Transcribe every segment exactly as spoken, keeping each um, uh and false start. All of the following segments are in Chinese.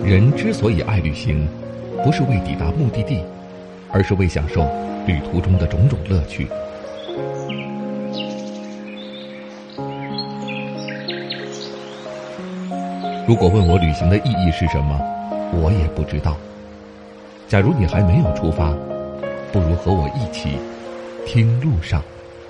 人之所以爱旅行，不是为抵达目的地，而是为享受旅途中的种种乐趣。如果问我旅行的意义是什么，我也不知道。假如你还没有出发，不如和我一起听路上。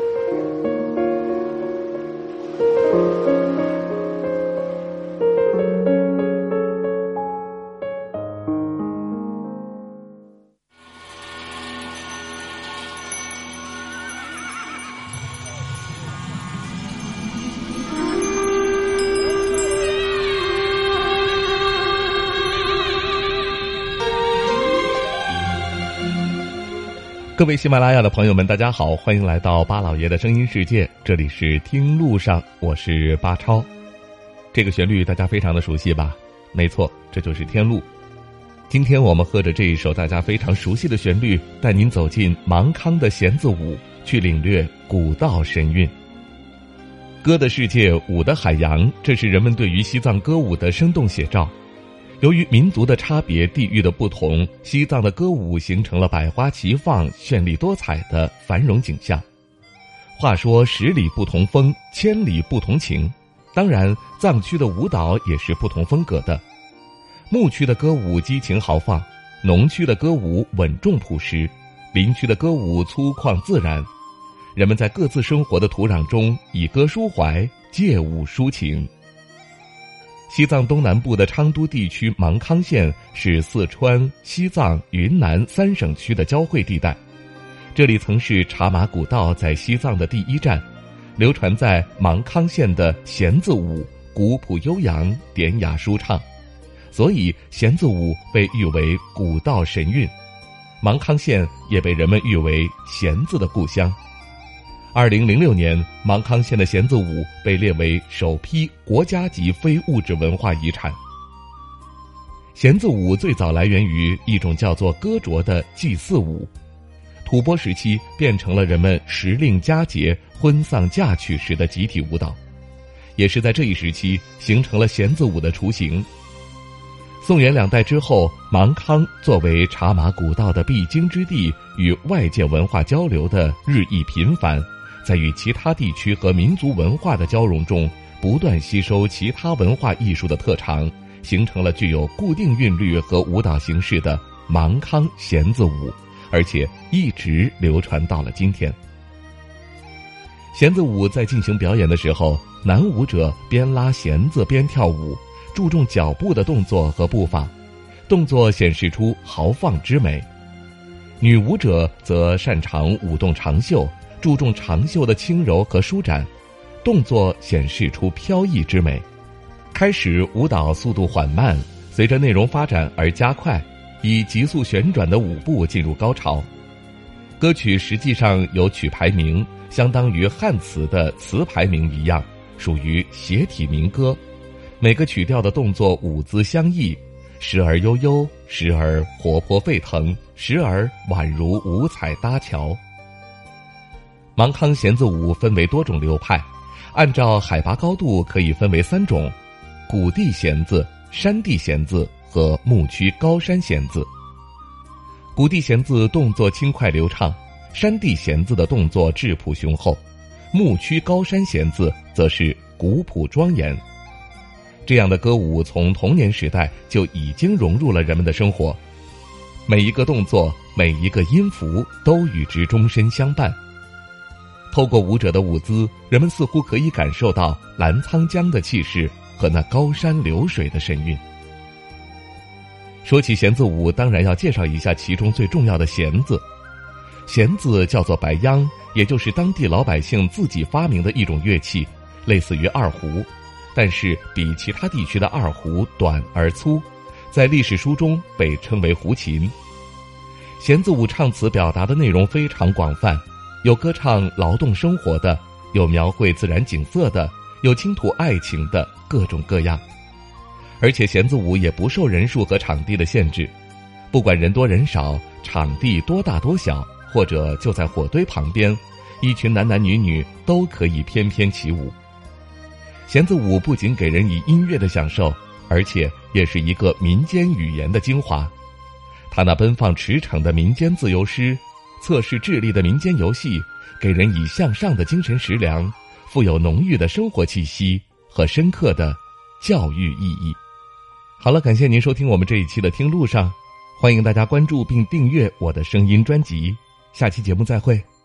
各位喜马拉雅的朋友们，大家好，欢迎来到巴老爷的声音世界，这里是听路上，我是巴超。这个旋律大家非常的熟悉吧？没错，这就是天路。今天我们和着这一首大家非常熟悉的旋律，带您走进芒康的弦子舞，去领略古道神韵。歌的世界，舞的海洋，这是人们对于西藏歌舞的生动写照。由于民族的差别、地域的不同，西藏的歌舞形成了百花齐放、绚丽多彩的繁荣景象。话说十里不同风，千里不同情，当然藏区的舞蹈也是不同风格的。牧区的歌舞激情豪放，农区的歌舞稳重朴实，林区的歌舞粗犷自然。人们在各自生活的土壤中以歌抒怀，借舞抒情。西藏东南部的昌都地区芒康县是四川、西藏、云南三省区的交汇地带，这里曾是茶马古道在西藏的第一站，流传在芒康县的弦子舞古朴悠扬、典雅舒畅，所以弦子舞被誉为古道神韵。芒康县也被人们誉为弦子的故乡。二零零六年，芒康县的弦子舞被列为首批国家级非物质文化遗产。弦子舞最早来源于一种叫做歌卓的祭祀舞，吐蕃时期变成了人们时令佳节、婚丧嫁娶时的集体舞蹈，也是在这一时期形成了弦子舞的雏形。宋元两代之后，芒康作为茶马古道的必经之地，与外界文化交流的日益频繁，在与其他地区和民族文化的交融中，不断吸收其他文化艺术的特长，形成了具有固定韵律和舞蹈形式的芒康弦子舞，而且一直流传到了今天。弦子舞在进行表演的时候，男舞者边拉弦子边跳舞，注重脚步的动作和步伐，动作显示出豪放之美。女舞者则擅长舞动长袖，注重长袖的轻柔和舒展，动作显示出飘逸之美。开始舞蹈速度缓慢，随着内容发展而加快，以急速旋转的舞步进入高潮。歌曲实际上有曲牌名，相当于汉词的词牌名一样，属于谐体民歌。每个曲调的动作舞姿相异，时而悠悠，时而活泼沸腾，时而宛如五彩搭桥。芒康弦子舞分为多种流派，按照海拔高度可以分为三种：谷地弦子、山地弦子和牧区高山弦子。谷地弦子动作轻快流畅，山地弦子的动作质朴雄厚，牧区高山弦子则是古朴庄严。这样的歌舞从童年时代就已经融入了人们的生活，每一个动作，每一个音符都与之终身相伴。透过舞者的舞姿，人们似乎可以感受到澜沧江的气势和那高山流水的神韵。说起弦子舞，当然要介绍一下其中最重要的弦子。弦子叫做白秧，也就是当地老百姓自己发明的一种乐器，类似于二胡，但是比其他地区的二胡短而粗，在历史书中被称为胡琴。弦子舞唱词表达的内容非常广泛，有歌唱劳动生活的，有描绘自然景色的，有倾吐爱情的，各种各样。而且弦子舞也不受人数和场地的限制，不管人多人少，场地多大多小，或者就在火堆旁边，一群男男女女都可以翩翩起舞。弦子舞不仅给人以音乐的享受，而且也是一个民间语言的精华。他那奔放驰骋的民间自由诗，测试智力的民间游戏，给人以向上的精神食粮，富有浓郁的生活气息和深刻的教育意义。好了，感谢您收听我们这一期的听路上，欢迎大家关注并订阅我的声音专辑，下期节目再会。